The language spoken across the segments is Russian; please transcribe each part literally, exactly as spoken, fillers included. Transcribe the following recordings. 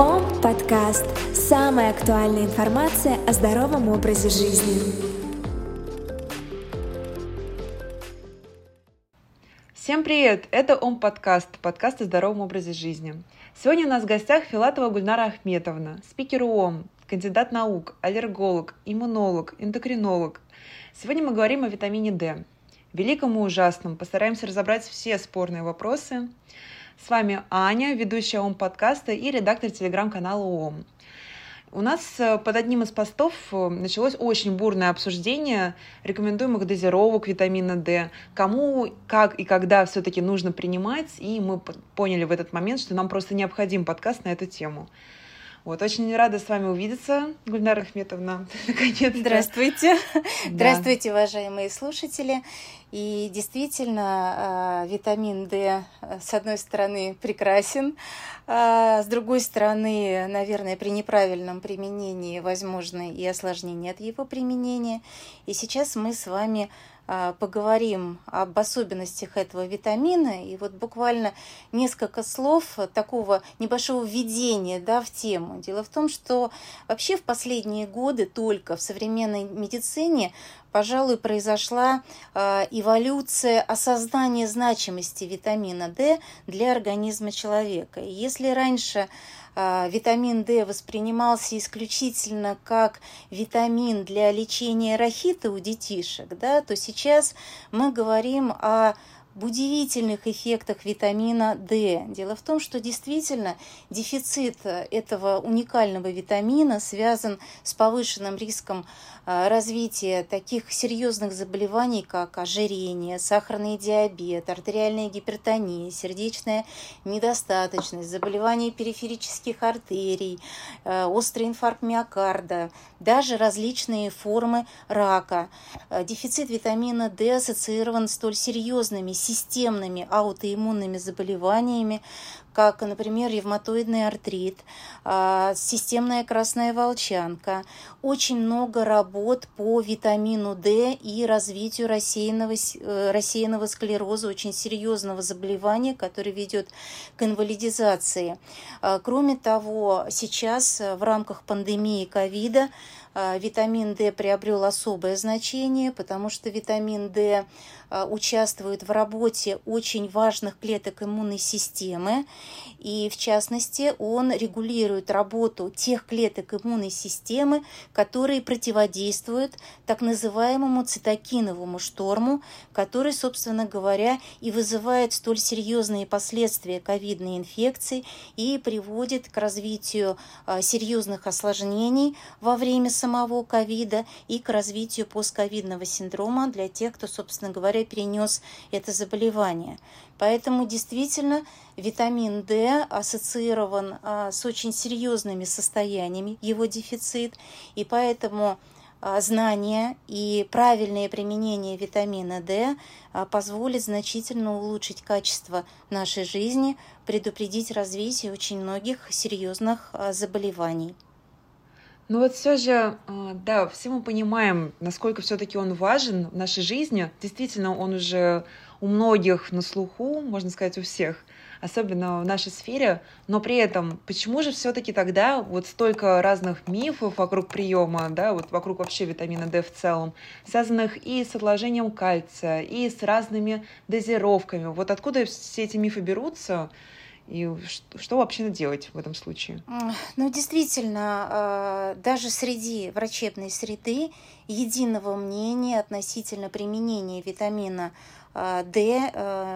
Ом подкаст. Самая актуальная информация о здоровом образе жизни. Всем привет! Это Ом подкаст, подкаст о здоровом образе жизни. Сегодня у нас в гостях Филатова Гульнара Ахметовна, спикер ООМ, кандидат наук, аллерголог, иммунолог, эндокринолог. Сегодня мы говорим о витамине D. Великом и ужасном. Постараемся разобрать все спорные вопросы. С вами Аня, ведущая Ом подкаста и редактор телеграм-канала ООМ. У нас под одним из постов началось очень бурное обсуждение рекомендуемых дозировок витамина D, кому, как и когда все-таки нужно принимать, и мы поняли в этот момент, что нам просто необходим подкаст на эту тему. Вот, очень рада с вами увидеться, Гульнара Ахметовна, наконец-то. Здравствуйте. Да. Здравствуйте, уважаемые слушатели. И действительно, витамин D, с одной стороны, прекрасен, а с другой стороны, наверное, при неправильном применении возможны и осложнения от его применения. И сейчас мы с вами поговорим об особенностях этого витамина. И вот буквально несколько слов такого небольшого введения, да, в тему. Дело в том, что вообще в последние годы только в современной медицине, пожалуй, произошла э, эволюция осознания значимости витамина D для организма человека. И если раньше э, витамин D воспринимался исключительно как витамин для лечения рахита у детишек, да, то сейчас мы говорим о об удивительных эффектах витамина D. Дело в том, что действительно дефицит этого уникального витамина связан с повышенным риском развития таких серьезных заболеваний, как ожирение, сахарный диабет, артериальная гипертония, сердечная недостаточность, заболевания периферических артерий, острый инфаркт миокарда, даже различные формы рака. Дефицит витамина D ассоциирован с столь серьезными системными аутоиммунными заболеваниями, как, например, ревматоидный артрит, системная красная волчанка. Очень много работ по витамину D и развитию рассеянного, рассеянного склероза, очень серьезного заболевания, которое ведет к инвалидизации. Кроме того, сейчас в рамках пандемии ковида витамин D приобрел особое значение, потому что витамин D участвует в работе очень важных клеток иммунной системы, и в частности он регулирует работу тех клеток иммунной системы, которые противодействуют так называемому цитокиновому шторму, который, собственно говоря, и вызывает столь серьезные последствия ковидной инфекции и приводит к развитию серьезных осложнений во время самого ковида и к развитию постковидного синдрома для тех, кто, собственно говоря, перенес это заболевание. Поэтому действительно витамин D ассоциирован а, с очень серьезными состояниями, его дефицит, и поэтому а, знание и правильное применение витамина D а, позволит значительно улучшить качество нашей жизни, предупредить развитие очень многих серьезных а, заболеваний. Ну вот все же, да, все мы понимаем, насколько все-таки он важен в нашей жизни. Действительно, он уже у многих на слуху, можно сказать, у всех, особенно в нашей сфере. Но при этом, почему же все-таки тогда вот столько разных мифов вокруг приема, да, вот вокруг вообще витамина D в целом, связанных и с отложением кальция, и с разными дозировками? Вот откуда все эти мифы берутся? И что вообще делать в этом случае? Ну, действительно, даже среди врачебной среды единого мнения относительно применения витамина D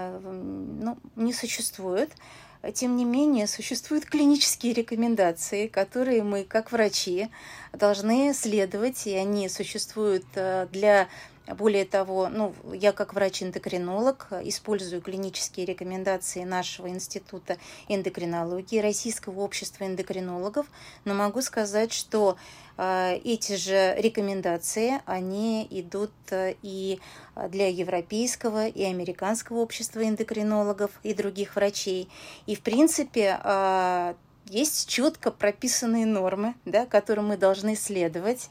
ну, не существует. Тем не менее, существуют клинические рекомендации, которые мы, как врачи, должны следовать, и они существуют для... Более того, ну, я как врач-эндокринолог использую клинические рекомендации нашего института эндокринологии, Российского общества эндокринологов, но могу сказать, что э, эти же рекомендации, они идут и для Европейского и Американского общества эндокринологов и других врачей. И, в принципе, э, есть четко прописанные нормы, да, которым мы должны следовать.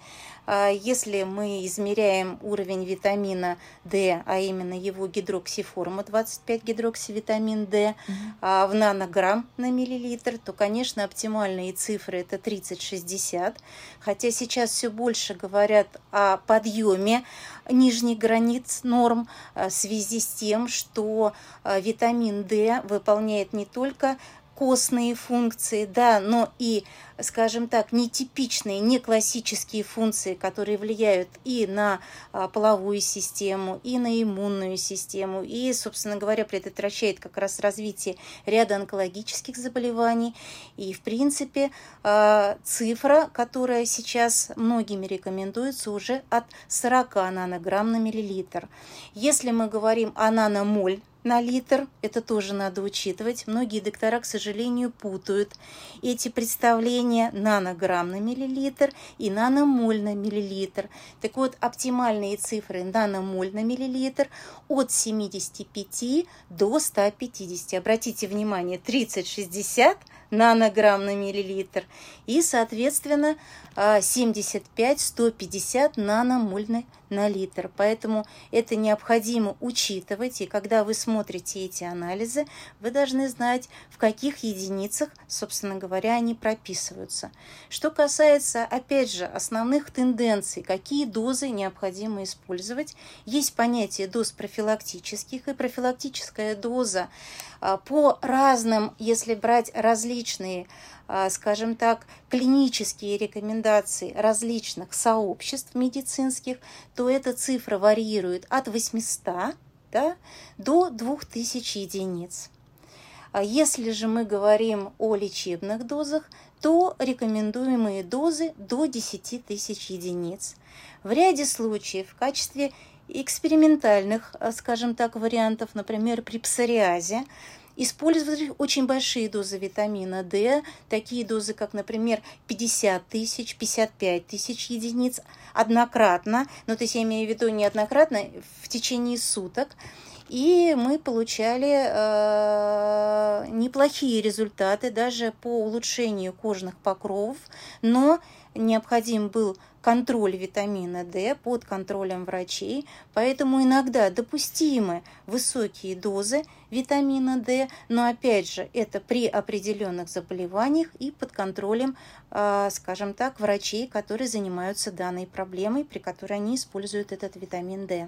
Если мы измеряем уровень витамина D, а именно его гидроксиформу, двадцать пять гидроксивитамин D mm-hmm. в нанограмм на миллилитр, то, конечно, оптимальные цифры это тридцать-шестьдесят. Хотя сейчас все больше говорят о подъеме нижних границ норм в связи с тем, что витамин D выполняет не только костные функции, да, но и, скажем так, нетипичные, не классические функции, которые влияют и на а, половую систему, и на иммунную систему, и, собственно говоря, предотвращает как раз развитие ряда онкологических заболеваний. И, в принципе, а, цифра, которая сейчас многими рекомендуется, уже от сорок нанограмм на миллилитр. Если мы говорим о наномоль на литр, это тоже надо учитывать. Многие доктора, к сожалению, путают эти представления: нанограмм на миллилитр и наномоль на миллилитр. Так вот, оптимальные цифры наномоль на миллилитр от семидесяти пяти до ста пятидесяти. Обратите внимание, тридцать-шестьдесят нанограмм на миллилитр и, соответственно, семьдесят пять - сто пятьдесят наномоль на литр. Поэтому это необходимо учитывать, и когда вы смотрите эти анализы, вы должны знать, в каких единицах, собственно говоря, они прописываются. Что касается, опять же, основных тенденций, какие дозы необходимо использовать, есть понятие доз профилактических, и профилактическая доза по разным, если брать различные, скажем так, клинические рекомендации различных сообществ медицинских, то эта цифра варьирует от восьмисот, да, до двух тысяч единиц. А если же мы говорим о лечебных дозах, то рекомендуемые дозы до десяти тысяч единиц. В ряде случаев в качестве экспериментальных, скажем так, вариантов, например, при псориазе, использовать очень большие дозы витамина D, такие дозы, как, например, пятьдесят тысяч, пятьдесят пять тысяч единиц однократно, ну, то есть я имею в виду неоднократно, в течение суток, и мы получали э, неплохие результаты даже по улучшению кожных покровов, но необходим был контроль витамина D под контролем врачей, поэтому иногда допустимы высокие дозы витамина D, но опять же это при определенных заболеваниях и под контролем, скажем так, врачей, которые занимаются данной проблемой, при которой они используют этот витамин D.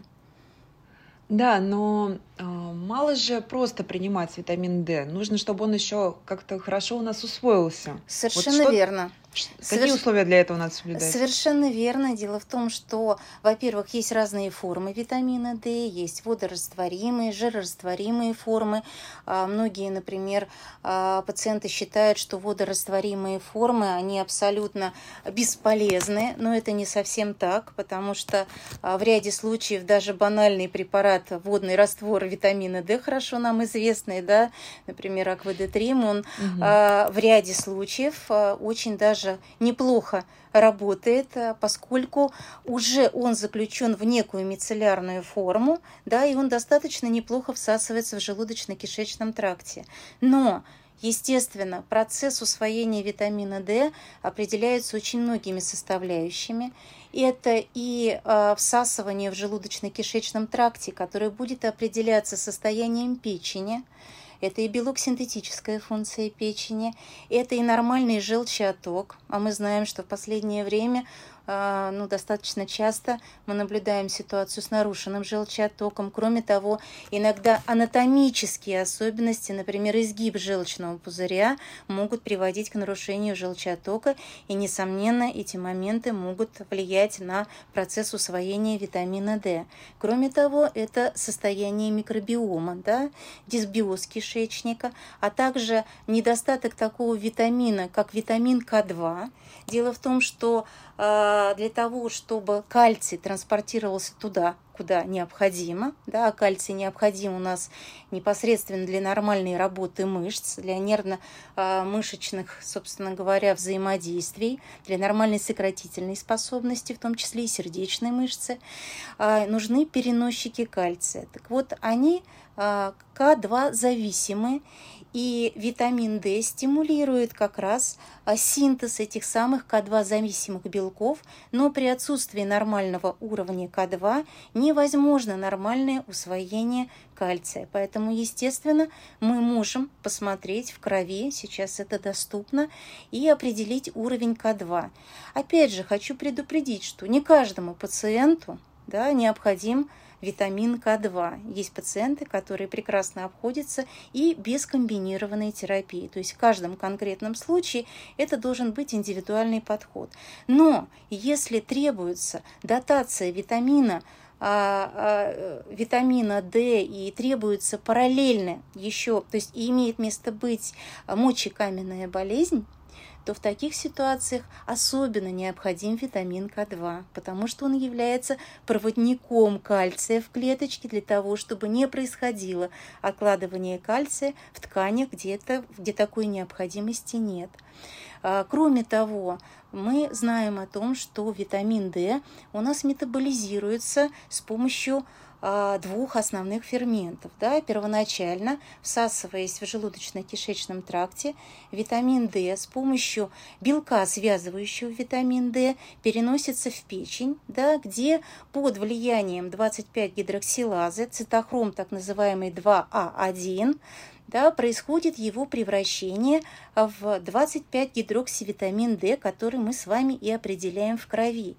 Да, но э, мало же просто принимать витамин D. Нужно, чтобы он еще как-то хорошо у нас усвоился. Совершенно вот что, верно. Какие Соверш... условия для этого надо соблюдать? Совершенно верно. Дело в том, что, во-первых, есть разные формы витамина D, есть водорастворимые, жирорастворимые формы. Многие, например, пациенты считают, что водорастворимые формы, они абсолютно бесполезны, но это не совсем так, потому что в ряде случаев даже банальный препарат, водный раствор витамина D, хорошо нам известный, да, например, аквадетрим, он угу. в ряде случаев очень даже неплохо работает, поскольку уже он заключен в некую мицеллярную форму, да, и он достаточно неплохо всасывается в желудочно-кишечном тракте. Но, естественно, процесс усвоения витамина D определяется очень многими составляющими. Это и э, всасывание в желудочно-кишечном тракте, которое будет определяться состоянием печени. Это и белок-синтетическая функция печени, это и нормальный желчеотток. А мы знаем, что в последнее время ну, достаточно часто мы наблюдаем ситуацию с нарушенным желчеоттоком. Кроме того, иногда анатомические особенности, например, изгиб желчного пузыря, могут приводить к нарушению желчеоттока, и, несомненно, эти моменты могут влиять на процесс усвоения витамина D. Кроме того, это состояние микробиома, да, дисбиоз кишечника, а также недостаток такого витамина, как витамин К два. Дело в том, что для того, чтобы кальций транспортировался туда, куда необходимо, да, а кальций необходим у нас непосредственно для нормальной работы мышц, для нервно-мышечных, собственно говоря, взаимодействий, для нормальной сократительной способности, в том числе и сердечной мышцы, нужны переносчики кальция. Так вот, они К два зависимы, И витамин D стимулирует как раз синтез этих самых ка два зависимых белков, но при отсутствии нормального уровня ка два невозможно нормальное усвоение кальция. Поэтому, естественно, мы можем посмотреть в крови, сейчас это доступно, и определить уровень ка два. Опять же, хочу предупредить, что не каждому пациенту, да, необходим витамин ка два. Есть пациенты, которые прекрасно обходятся и без комбинированной терапии. То есть в каждом конкретном случае это должен быть индивидуальный подход. Но если требуется дотация витамина, а, а, витамина D и требуется параллельно еще, то есть и имеет место быть мочекаменная болезнь, то в таких ситуациях особенно необходим витамин ка два, потому что он является проводником кальция в клеточке для того, чтобы не происходило откладывание кальция в тканях, где, это, где такой необходимости нет. Кроме того, мы знаем о том, что витамин D у нас метаболизируется с помощью двух основных ферментов. Да? Первоначально, всасываясь в желудочно-кишечном тракте, витамин D с помощью белка, связывающего витамин D, переносится в печень, да, где под влиянием двадцать пять гидроксилазы, цитохром так называемый два а один, да, происходит его превращение в двадцать пять гидроксивитамин D, который мы с вами и определяем в крови.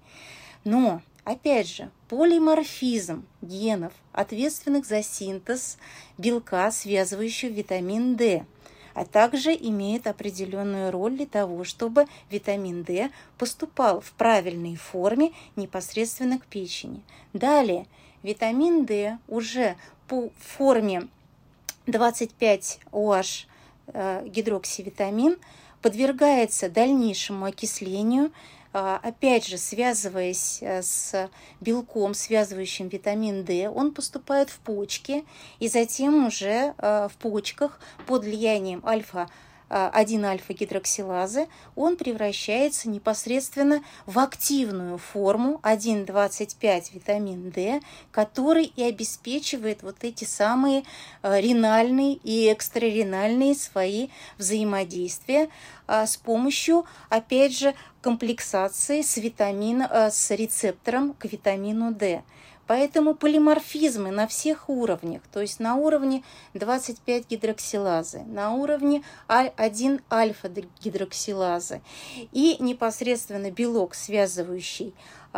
Но опять же, полиморфизм генов, ответственных за синтез белка, связывающего витамин D, а также имеет определенную роль для того, чтобы витамин D поступал в правильной форме непосредственно к печени. Далее, витамин D уже по форме двадцать пять о аш гидроксивитамин подвергается дальнейшему окислению, опять же, связываясь с белком, связывающим витамин D, он поступает в почки, и затем уже в почках под влиянием альфа один альфа-гидроксилазы он превращается непосредственно в активную форму один двадцать пять витамин D, который и обеспечивает вот эти самые ренальные и экстраренальные свои взаимодействия с помощью, опять же, комплексации с, витамина, с рецептором к витамину D. Поэтому полиморфизмы на всех уровнях, то есть на уровне двадцать пять гидроксилазы, на уровне один альфа-гидроксилазы и непосредственно белок, связывающий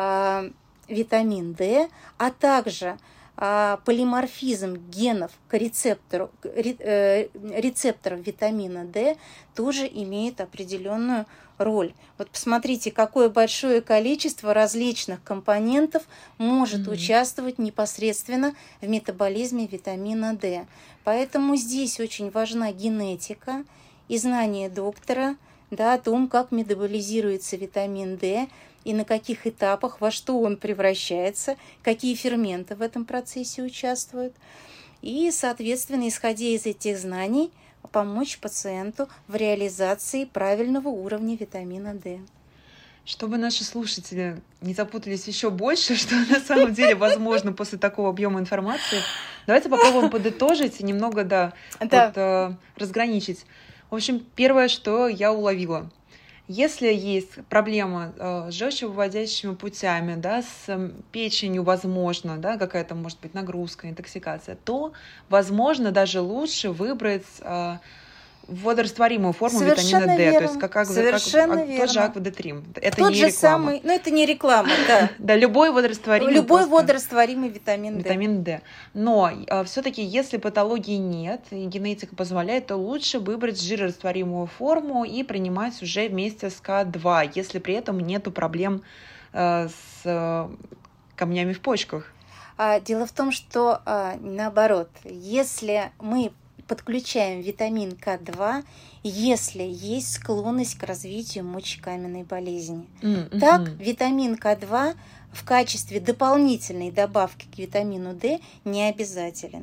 э, витамин D, а также э, полиморфизм генов к рецептору, к, э, рецепторам витамина D тоже имеет определенную роль. Вот посмотрите, какое большое количество различных компонентов может mm-hmm. участвовать непосредственно в метаболизме витамина D. Поэтому здесь очень важна генетика и знание доктора, да, о том, как метаболизируется витамин D и на каких этапах, во что он превращается, какие ферменты в этом процессе участвуют. И, соответственно, исходя из этих знаний, помочь пациенту в реализации правильного уровня витамина D. Чтобы наши слушатели не запутались еще больше, что на самом деле возможно после такого объема информации, давайте попробуем подытожить и немного, да, да. Вот, э, разграничить. В общем, первое, что я уловила. Если есть проблема э, с желчевыводящими путями, да, с э, печенью, возможно, да, какая-то может быть нагрузка, интоксикация, то, возможно, даже лучше выбрать э, водорастворимую форму Совершенно витамина D, верно. то есть как, как, Совершенно как, верно. тот же аквадетрим. Это тот не же реклама. Самый, ну это не реклама, да. Да, любой водорастворимый. Любой водорастворимый витамин D. Витамин D. Но э, все-таки, если патологии нет и генетика позволяет, то лучше выбрать жирорастворимую форму и принимать уже вместе с ка два, если при этом нету проблем э, с э, камнями в почках. Дело в том, что наоборот, если мы подключаем витамин ка два, если есть склонность к развитию мочекаменной болезни. Mm-hmm. Так, витамин ка два в качестве дополнительной добавки к витамину D не обязателен.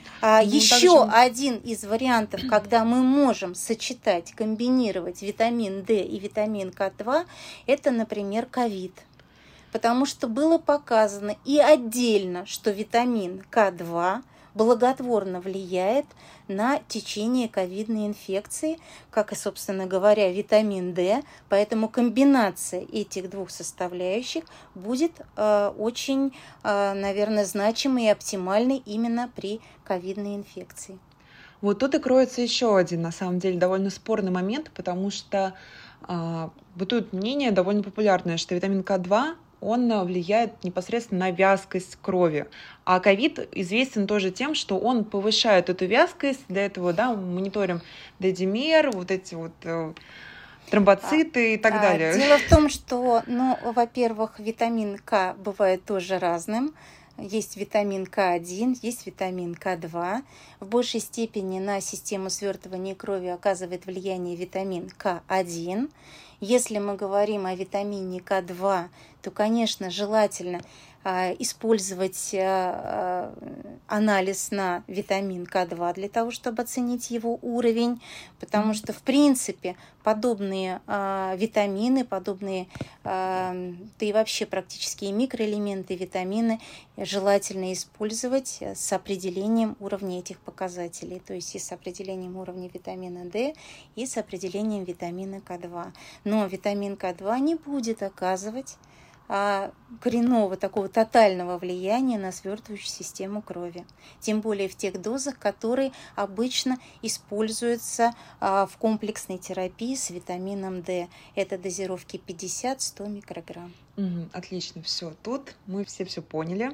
А ну, еще также... один из вариантов, когда мы можем сочетать, комбинировать витамин D и витамин ка два, это, например, ковид. Потому что было показано и отдельно, что витамин ка два благотворно влияет на течение ковидной инфекции, как и, собственно говоря, витамин D. Поэтому комбинация этих двух составляющих будет э, очень, э, наверное, значимой и оптимальной именно при ковидной инфекции. Вот тут и кроется еще один, на самом деле, довольно спорный момент, потому что э, бытует мнение довольно популярное, что витамин К два он влияет непосредственно на вязкость крови. А ковид известен тоже тем, что он повышает эту вязкость. Для этого, да, мы мониторим дедимер, вот эти вот э, тромбоциты и так а, далее. Дело в том, что, ну, во-первых, витамин К бывает тоже разным. Есть витамин К один, есть витамин К два. В большей степени на систему свертывания крови оказывает влияние витамин К один. Если мы говорим о витамине К два, то, конечно, желательно а, использовать а, анализ на витамин К два для того, чтобы оценить его уровень, потому что, в принципе, подобные а, витамины, подобные, а, да и вообще практически и микроэлементы, витамины желательно использовать с определением уровня этих показателей, то есть и с определением уровня витамина D, и с определением витамина К два. Но витамин К два не будет оказывать а, коренного, такого тотального влияния на свертывающую систему крови. Тем более в тех дозах, которые обычно используются а, в комплексной терапии с витамином D. Это дозировки пятьдесят-сто микрограмм. Угу, отлично, все. Тут мы все все поняли.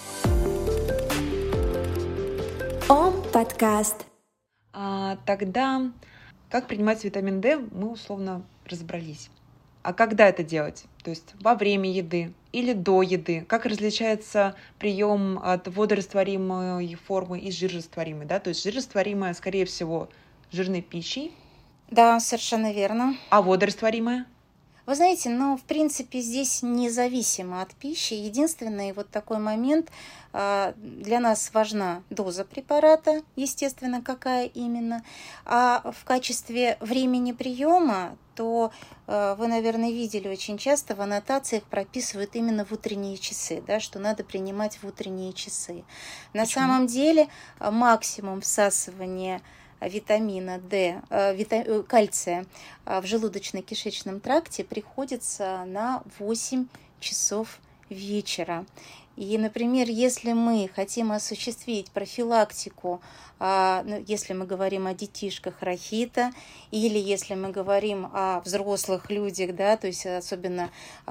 Ом подкаст. А, тогда как принимать витамин D, мы условно разобрались. А когда это делать? То есть во время еды или до еды? Как различается прием от водорастворимой формы и жирорастворимой? Да? То есть жирорастворимая, скорее всего, жирной пищей. Да, совершенно верно. А водорастворимая? Вы знаете, ну, в принципе, здесь независимо от пищи. Единственный вот такой момент, для нас важна доза препарата, естественно, какая именно. А в качестве времени приема, то вы, наверное, видели очень часто в аннотациях прописывают именно в утренние часы, да, что надо принимать в утренние часы. На Почему? самом деле максимум всасывания витамина D, вита, кальция в желудочно-кишечном тракте приходится на восемь часов вечера. И, например, если мы хотим осуществить профилактику, если мы говорим о детишках, рахита, или если мы говорим о взрослых людях, да, то есть особенно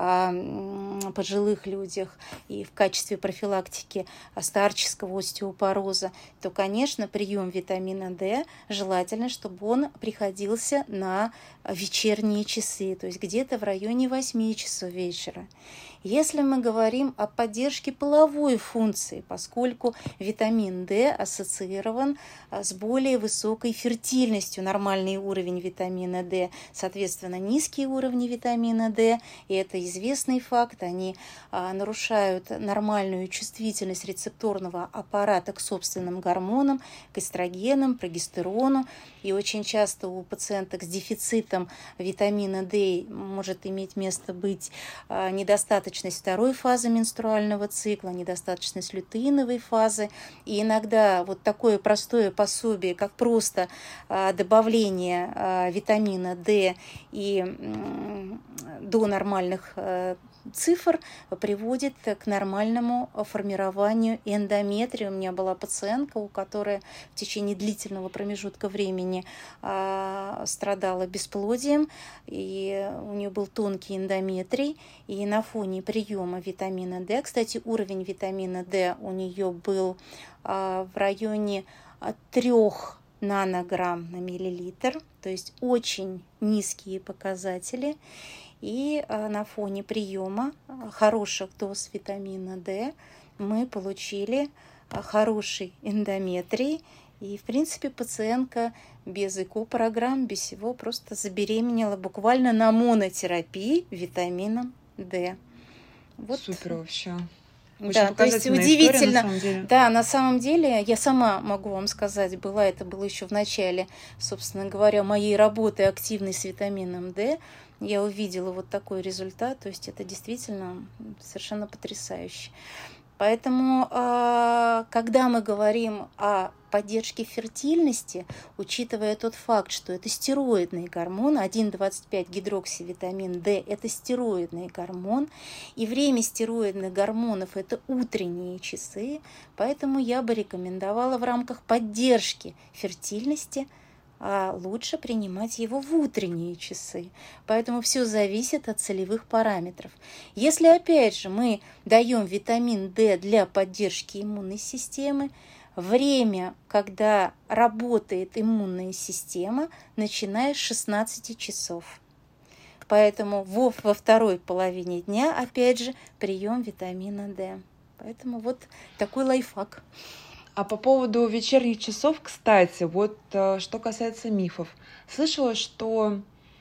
о пожилых людях, и в качестве профилактики старческого остеопороза, то, конечно, прием витамина D желательно, чтобы он приходился на вечерние часы, то есть где-то в районе восьми часов вечера. Если мы говорим о поддержке половой функции, поскольку витамин D ассоциирован с более высокой фертильностью, нормальный уровень витамина D, соответственно, низкие уровни витамина D, и это известный факт, они нарушают нормальную чувствительность рецепторного аппарата к собственным гормонам, к эстрогенам, прогестерону, и очень часто у пациенток с дефицитом витамина D может иметь место быть недостаточность второй фазы менструального цикла, недостаточность лютеиновой фазы. И иногда вот такое простое пособие, как просто добавление витамина D и до нормальных цифр приводит к нормальному формированию эндометрия. У меня была пациентка, у которой в течение длительного промежутка времени а, страдала бесплодием, и у нее был тонкий эндометрий, и на фоне приема витамина D, кстати, уровень витамина D у нее был а, в районе трех нанограмм на миллилитр, то есть очень низкие показатели. И на фоне приема хороших доз витамина D мы получили хороший эндометрий. И, в принципе, пациентка без ЭКО-программ, без всего просто забеременела буквально на монотерапии витамином D. Вот. Супер вообще. Очень да, то есть удивительно. История, на самом деле. Да, на самом деле, я сама могу вам сказать, была это было еще в начале, собственно говоря, моей работы активной с витамином D. Я увидела вот такой результат, то есть это действительно совершенно потрясающе. Поэтому, когда мы говорим о поддержке фертильности, учитывая тот факт, что это стероидный гормон, один двадцать пять гидроксивитамин D – это стероидный гормон, и время стероидных гормонов – это утренние часы, поэтому я бы рекомендовала в рамках поддержки фертильности лучше принимать его в утренние часы. Поэтому все зависит от целевых параметров. Если, опять же, мы даем витамин D для поддержки иммунной системы, время, когда работает иммунная система, начиная с шестнадцати часов. Поэтому во, во второй половине дня, опять же, прием витамина D. Поэтому вот такой лайфхак. А по поводу вечерних часов, кстати, вот что касается мифов. Слышала, что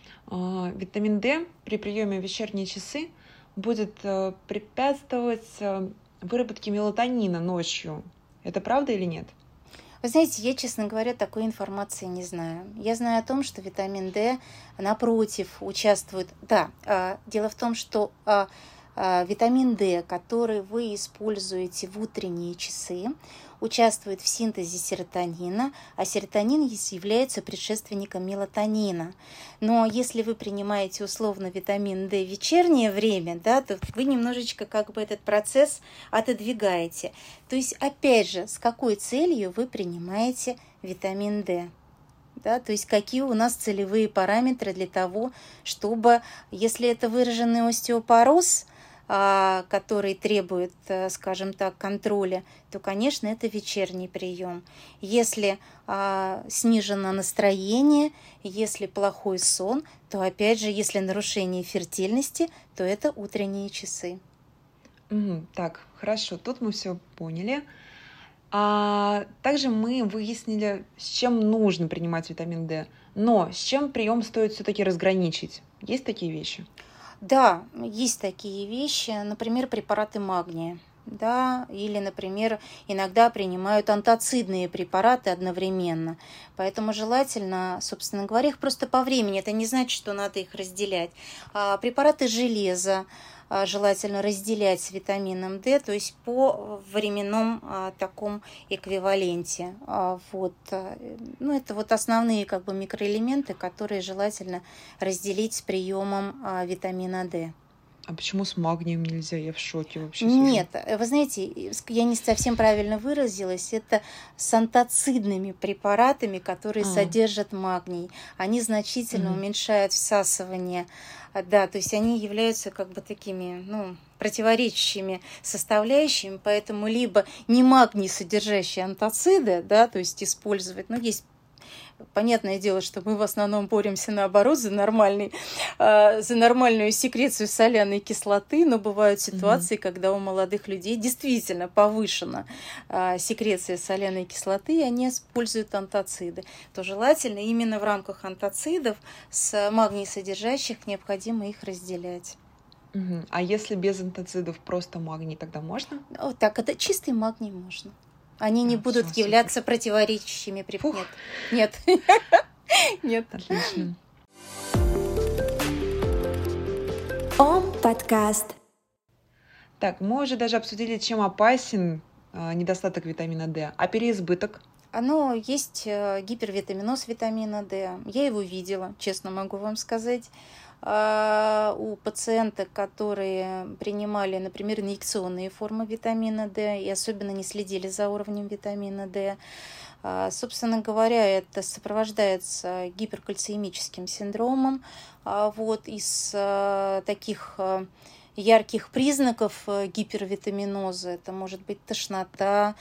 э, витамин D при приеме в вечерние часы будет э, препятствовать э, выработке мелатонина ночью. Это правда или нет? Вы знаете, я, честно говоря, такой информации не знаю. Я знаю о том, что витамин D, напротив, участвует... Да, э, дело в том, что э, э, витамин D, который вы используете в утренние часы, участвует в синтезе серотонина, а серотонин является предшественником мелатонина. Но если вы принимаете условно витамин D в вечернее время, да, то вы немножечко как бы этот процесс отодвигаете. То есть, опять же, с какой целью вы принимаете витамин D? Да, то есть какие у нас целевые параметры для того, чтобы, если это выраженный остеопороз, который требует, скажем так, контроля, то, конечно, это вечерний прием. Если а, снижено настроение, если плохой сон, то, опять же, если нарушение фертильности, то это утренние часы. Угу, так, хорошо, тут мы все поняли. А также мы выяснили, с чем нужно принимать витамин D, но с чем прием стоит все-таки разграничить. Есть такие вещи? Да, есть такие вещи, например, препараты магния, да, или, например, иногда принимают антацидные препараты одновременно. Поэтому желательно, собственно говоря, их просто по времени, это не значит, что надо их разделять. А препараты железа желательно разделять с витамином D, то есть по временном а, таком эквиваленте. А, вот. Ну, это вот основные как бы микроэлементы, которые желательно разделить с приемом а, витамина D. А почему с магнием нельзя? Я в шоке вообще. Нет, сижу. Вы знаете, я не совсем правильно выразилась. Это с антацидными препаратами, которые а. содержат магний. Они значительно угу. уменьшают всасывание. Да, то есть они являются как бы такими, ну, противоречащими составляющими, поэтому либо не магний содержащие антациды, да, то есть использовать, ну, есть понятное дело, что мы в основном боремся наоборот за, нормальный, э, за нормальную секрецию соляной кислоты, но бывают ситуации, mm-hmm. когда у молодых людей действительно повышена э, секреция соляной кислоты, и они используют антациды. То желательно именно в рамках антацидов с магний содержащих необходимо их разделять. Mm-hmm. А если без антацидов просто магний, тогда можно? О, так, это чистый магний можно. Они не а, будут все, являться супер. Противоречащими. Фух. Нет. Нет. Нет. Отлично. Ом подкаст. Так, мы уже даже обсудили, чем опасен э, недостаток витамина D, а переизбыток? Оно есть э, гипервитаминоз витамина D. Я его видела, честно могу вам сказать. У пациенток, которые принимали, например, инъекционные формы витамина D и особенно не следили за уровнем витамина D, собственно говоря, это сопровождается гиперкальциемическим синдромом. Вот из таких ярких признаков гипервитаминоза это может быть тошнота,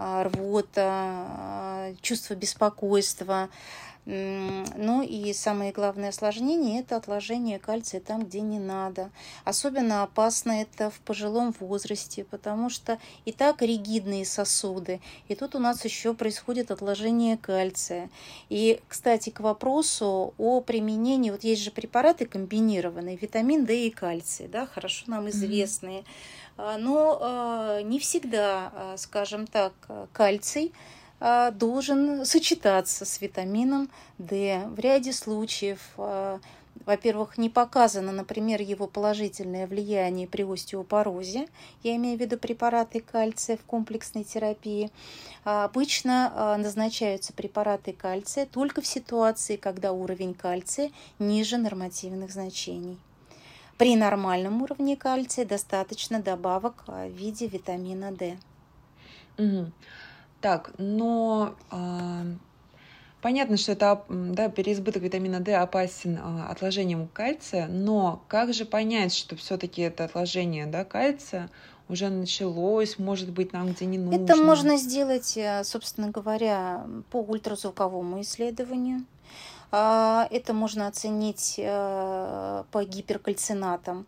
рвота, чувство беспокойства. Ну и самое главное осложнение – это отложение кальция там, где не надо. Особенно опасно это в пожилом возрасте, потому что и так ригидные сосуды, и тут у нас еще происходит отложение кальция. И, кстати, к вопросу о применении, вот есть же препараты комбинированные, витамин D и кальций, да, хорошо нам известные, mm-hmm. но не всегда, скажем так, кальций должен сочетаться с витамином D. В ряде случаев, во-первых, не показано, например, его положительное влияние при остеопорозе, я имею в виду препараты кальция в комплексной терапии. Обычно назначаются препараты кальция только в ситуации, когда уровень кальция ниже нормативных значений. При нормальном уровне кальция достаточно добавок в виде витамина D. Угу. Так, но а, понятно, что это, да, переизбыток витамина D опасен а, отложением кальция, но как же понять, что все-таки это отложение, да, кальция уже началось, может быть, нам где не нужно? Это можно сделать, собственно говоря, по ультразвуковому исследованию. Это можно оценить по гиперкальцинатам.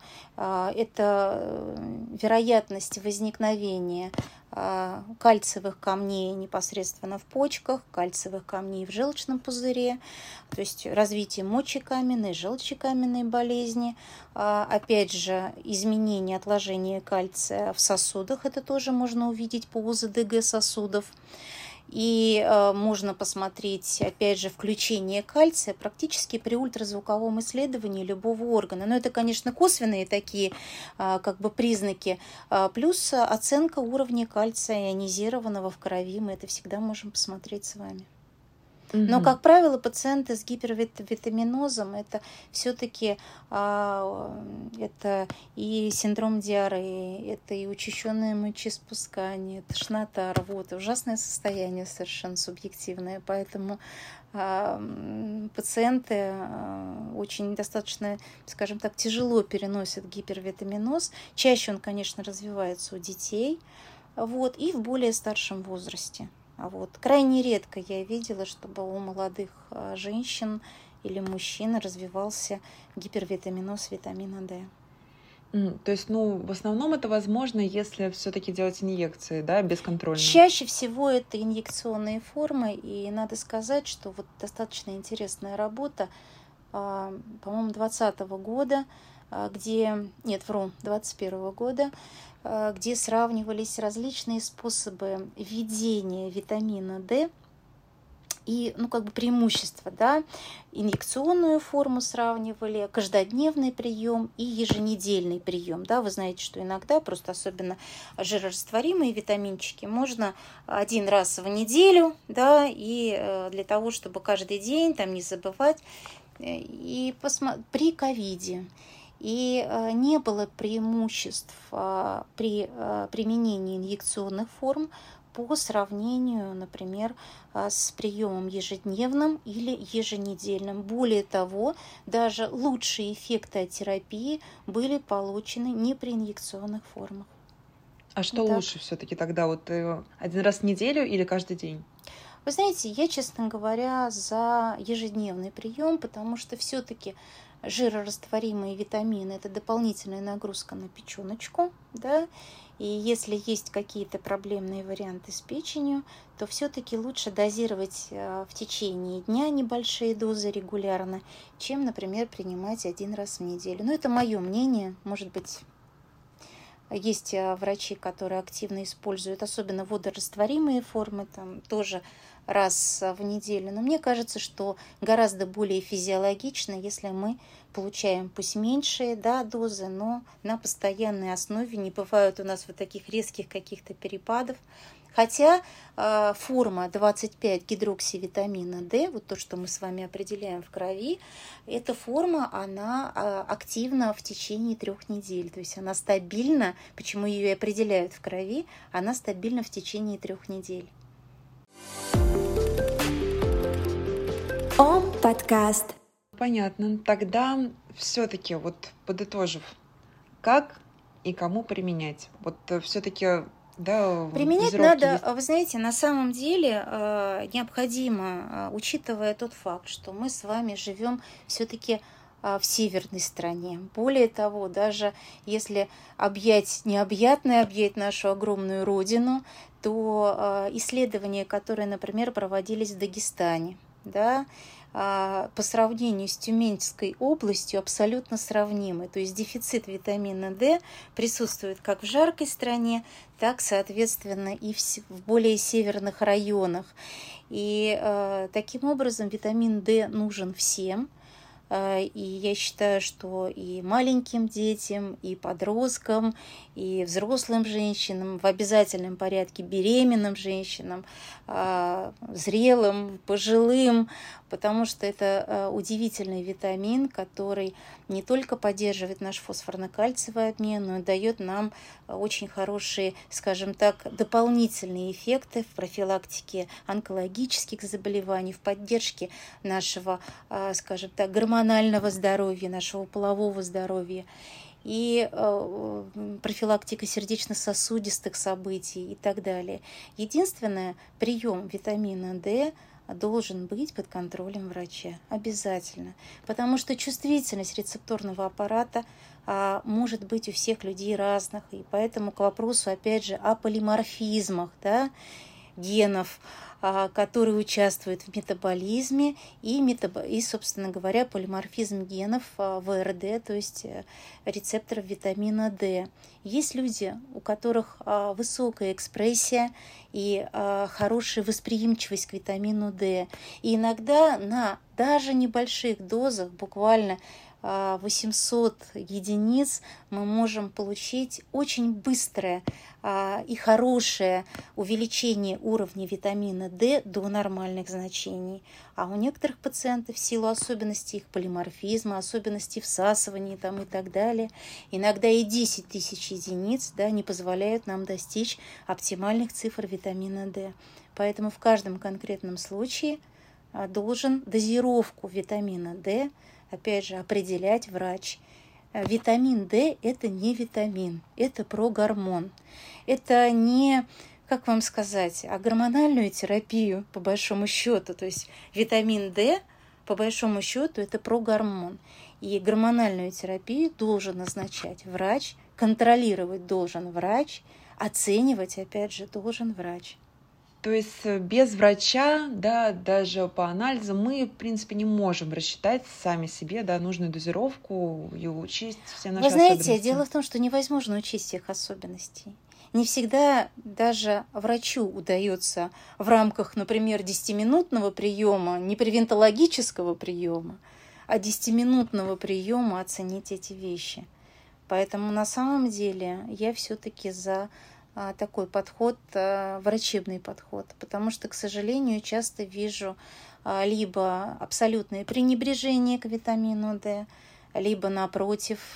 Это вероятность возникновения кальциевых камней непосредственно в почках, кальциевых камней в желчном пузыре, то есть развитие мочекаменной, желчекаменной болезни. Опять же, изменение отложения кальция в сосудах, это тоже можно увидеть по УЗДГ сосудов. И э, можно посмотреть, опять же, включение кальция практически при ультразвуковом исследовании любого органа. Но это, конечно, косвенные такие э, как бы признаки. Э, плюс оценка уровня кальция ионизированного в крови. Мы это всегда можем посмотреть с вами. Но, как правило, пациенты с гипервитаминозом это все-таки а, это и синдром диареи, это и учащенное мочеиспускание, тошнота, рвота, ужасное состояние совершенно субъективное. Поэтому а, пациенты а, очень достаточно, скажем так, тяжело переносят гипервитаминоз. Чаще он, конечно, развивается у детей, вот, и в более старшем возрасте. А вот крайне редко я видела, чтобы у молодых женщин или мужчин развивался гипервитаминоз витамина D. Mm, то есть, ну, в основном это возможно, если все-таки делать инъекции, да, бесконтрольно? Чаще всего это инъекционные формы, и надо сказать, что вот достаточно интересная работа, по-моему, двадцатого года, где, нет, вру, двадцать первого года, где сравнивались различные способы введения витамина D и, ну, как бы преимущества, да, инъекционную форму сравнивали, каждодневный прием и еженедельный прием, да, вы знаете, что иногда просто особенно жирорастворимые витаминчики можно один раз в неделю, да, и для того, чтобы каждый день там не забывать, и посмо... при ковиде. И не было преимуществ при применении инъекционных форм по сравнению, например, с приемом ежедневным или еженедельным. Более того, даже лучшие эффекты от терапии были получены не при инъекционных формах. А что так лучше все-таки тогда? Вот один раз в неделю или каждый день? Вы знаете, я, честно говоря, за ежедневный прием, потому что все-таки жирорастворимые витамины – это дополнительная нагрузка на печеночку, да, и если есть какие-то проблемные варианты с печенью, то все-таки лучше дозировать в течение дня небольшие дозы регулярно, чем, например, принимать один раз в неделю. Но это мое мнение, может быть, есть врачи, которые активно используют, особенно водорастворимые формы, там тоже раз в неделю. Но мне кажется, что гораздо более физиологично, если мы получаем пусть меньшие, да, дозы, но на постоянной основе. Не бывает у нас вот таких резких каких-то перепадов. Хотя э, форма двадцать пять гидроксивитамина D, вот то, что мы с вами определяем в крови, эта форма, она э, активна в течение трех недель. То есть она стабильна, почему ее и определяют в крови, она стабильна в течение трех недель. Ом подкаст. Понятно. Тогда все-таки вот подытожив, как и кому применять? Вот все-таки, да, применять надо, есть. Вы знаете, на самом деле э, необходимо, э, учитывая тот факт, что мы с вами живем все-таки э, в северной стране. Более того, даже если объять необъятное, объять нашу огромную родину, то э, исследования, которые, например, проводились в Дагестане, да, по сравнению с Тюменской областью абсолютно сравнимы. То есть дефицит витамина D присутствует как в жаркой стране, так, соответственно, и в более северных районах. И э, таким образом витамин D нужен всем. И я считаю, что и маленьким детям, и подросткам, и взрослым женщинам, в обязательном порядке беременным женщинам, зрелым, пожилым, потому что это удивительный витамин, который не только поддерживает наш фосфорно-кальциевый обмен, но и дает нам очень хорошие, скажем так, дополнительные эффекты в профилактике онкологических заболеваний, в поддержке нашего, скажем так, гормонального здоровья, нашего полового здоровья и э, профилактика сердечно-сосудистых событий и так далее. Единственное, прием витамина D должен быть под контролем врача. Обязательно. Потому что чувствительность рецепторного аппарата а, может быть у всех людей разных. И поэтому к вопросу, опять же, о полиморфизмах, да, генов, которые участвуют в метаболизме и, метабо... и, собственно говоря, полиморфизм генов в эр дэ, то есть рецепторов витамина D. Есть люди, у которых высокая экспрессия и хорошая восприимчивость к витамину D. И иногда на даже небольших дозах, буквально восемьсот единиц, мы можем получить очень быстрое и хорошее увеличение уровня витамина D до нормальных значений. А у некоторых пациентов в силу особенностей их полиморфизма, особенностей всасывания там, и так далее, иногда и десять тысяч единиц, да, не позволяют нам достичь оптимальных цифр витамина D. Поэтому в каждом конкретном случае должен дозировку витамина D опять же определять врач. Витамин D – это не витамин, это прогормон. Это не, как вам сказать, а гормональную терапию, по большому счету. То есть витамин D, по большому счету, это прогормон. И гормональную терапию должен назначать врач, контролировать должен врач, оценивать, опять же, должен врач. То есть без врача, да, даже по анализам мы, в принципе, не можем рассчитать сами себе, да, нужную дозировку и учесть все наши особенности. Вы знаете, особенности. Дело в том, что невозможно учесть всех особенностей. Не всегда даже врачу удается в рамках, например, десятиминутного приема, не превентологического приема, а десятиминутного приема оценить эти вещи. Поэтому на самом деле я все-таки за такой подход, врачебный подход, потому что, к сожалению, часто вижу либо абсолютное пренебрежение к витамину D, либо, напротив,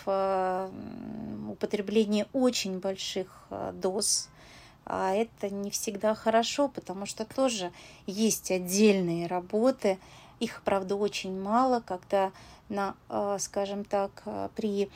употребление очень больших доз. А это не всегда хорошо, потому что тоже есть отдельные работы, их, правда, очень мало, когда, на, скажем так, при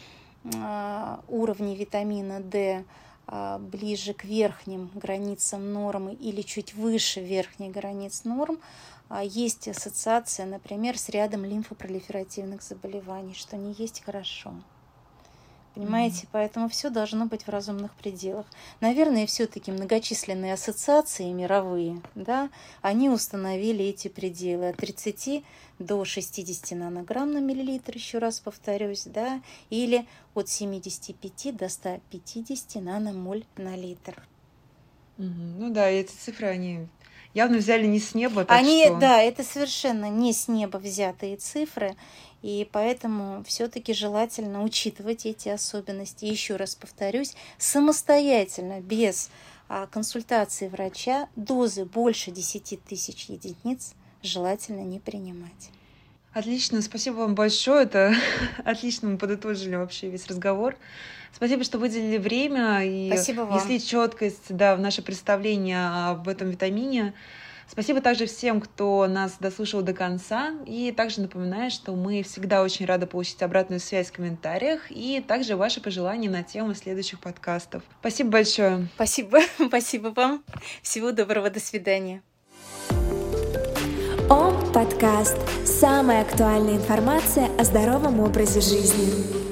уровне витамина D ближе к верхним границам нормы или чуть выше верхних границ норм, есть ассоциация, например, с рядом лимфопролиферативных заболеваний, что не есть хорошо. Понимаете? Mm-hmm. Поэтому все должно быть в разумных пределах. Наверное, все-таки многочисленные ассоциации мировые, да, они установили эти пределы от тридцати до шестидесяти нанограмм на миллилитр, еще раз повторюсь, да, или от семидесяти пяти до ста пятидесяти наномоль на литр. Mm-hmm. Ну да, эти цифры, они явно взяли не с неба. Так они, что... да, это совершенно не с неба взятые цифры. И поэтому все-таки желательно учитывать эти особенности. Еще раз повторюсь, самостоятельно, без а, консультации врача, дозы больше десяти тысяч единиц желательно не принимать. Отлично, спасибо вам большое. Это отлично мы подытожили вообще весь разговор. Спасибо, что выделили время и внесли четкость, да, в наше представление об этом витамине. Спасибо также всем, кто нас дослушал до конца. И также напоминаю, что мы всегда очень рады получить обратную связь в комментариях и также ваши пожелания на тему следующих подкастов. Спасибо большое. Спасибо. Спасибо вам. Всего доброго. До свидания. Ом подкаст. Самая актуальная информация о здоровом образе жизни.